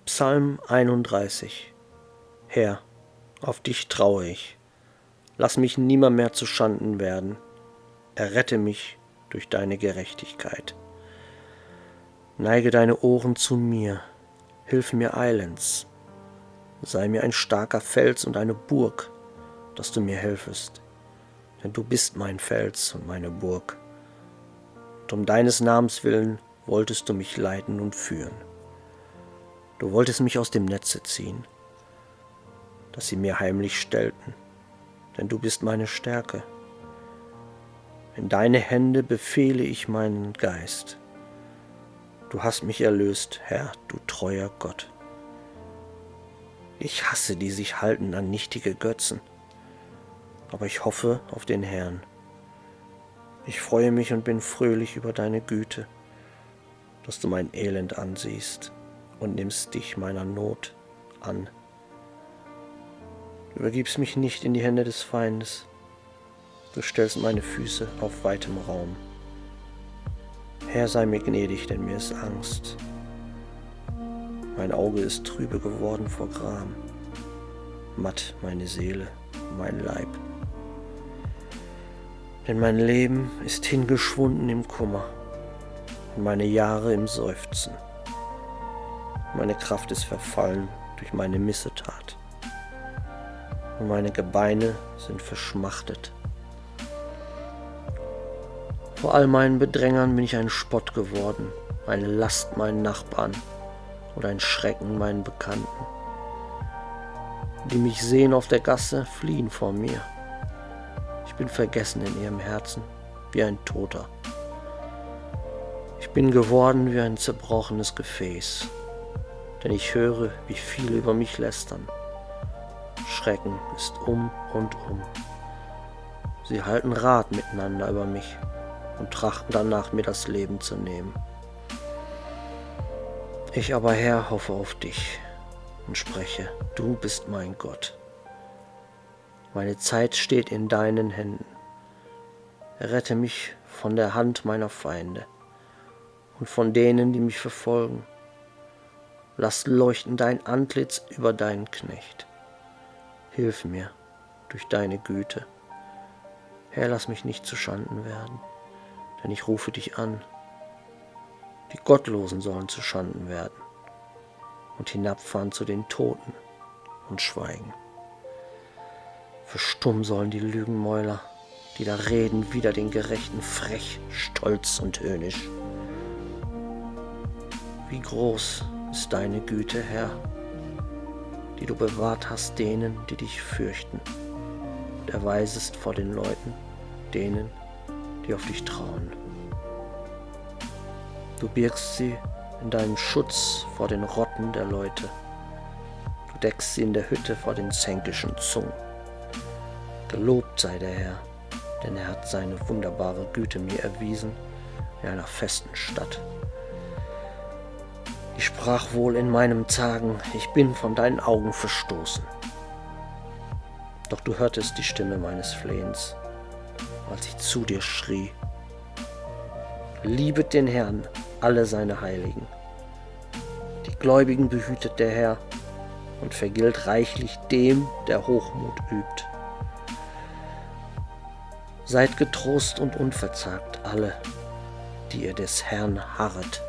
Psalm 31. Herr, auf dich traue ich. Lass mich nimmermehr zu Schanden werden. Errette mich durch deine Gerechtigkeit. Neige deine Ohren zu mir. Hilf mir eilends. Sei mir ein starker Fels und eine Burg, dass du mir helfest. Denn du bist mein Fels und meine Burg. Und um deines Namens willen wolltest du mich leiten und führen. Du wolltest mich aus dem Netze ziehen, dass sie mir heimlich stellten, denn du bist meine Stärke. In deine Hände befehle ich meinen Geist. Du hast mich erlöst, Herr, du treuer Gott. Ich hasse die sich halten an nichtige Götzen, aber ich hoffe auf den Herrn. Ich freue mich und bin fröhlich über deine Güte, dass du mein Elend ansiehst und nimmst dich meiner Not an. Du übergibst mich nicht in die Hände des Feindes. Du stellst meine Füße auf weitem Raum. Herr, sei mir gnädig, denn mir ist Angst. Mein Auge ist trübe geworden vor Gram. Matt meine Seele, mein Leib. Denn mein Leben ist hingeschwunden im Kummer und meine Jahre im Seufzen. Meine Kraft ist verfallen durch meine Missetat und meine Gebeine sind verschmachtet. Vor all meinen Bedrängern bin ich ein Spott geworden, eine Last meinen Nachbarn und ein Schrecken meinen Bekannten. Die mich sehen auf der Gasse, fliehen vor mir. Ich bin vergessen in ihrem Herzen, wie ein Toter. Ich bin geworden wie ein zerbrochenes Gefäß, denn ich höre, wie viele über mich lästern. Schrecken ist um und um. Sie halten Rat miteinander über mich und trachten danach, mir das Leben zu nehmen. Ich aber, Herr, hoffe auf dich und spreche, du bist mein Gott. Meine Zeit steht in deinen Händen. Rette mich von der Hand meiner Feinde und von denen, die mich verfolgen. Lass leuchten dein Antlitz über deinen Knecht. Hilf mir durch deine Güte. Herr, lass mich nicht zu Schanden werden, denn ich rufe dich an. Die Gottlosen sollen zu Schanden werden und hinabfahren zu den Toten und schweigen. Verstummen sollen die Lügenmäuler, die da reden wider den Gerechten, frech, stolz und höhnisch. Wie groß ist deine Güte, Herr, die du bewahrt hast denen, die dich fürchten, und erweisest vor den Leuten, denen, die auf dich trauen. Du birgst sie in deinem Schutz vor den Rotten der Leute. Du deckst sie in der Hütte vor den zänkischen Zungen. Gelobt sei der Herr, denn er hat seine wunderbare Güte mir erwiesen in einer festen Stadt. Ich sprach wohl in meinem Zagen, ich bin von deinen Augen verstoßen. Doch du hörtest die Stimme meines Flehens, als ich zu dir schrie. Liebet den Herrn, alle seine Heiligen. Die Gläubigen behütet der Herr und vergilt reichlich dem, der Hochmut übt. Seid getrost und unverzagt alle, die ihr des Herrn harret.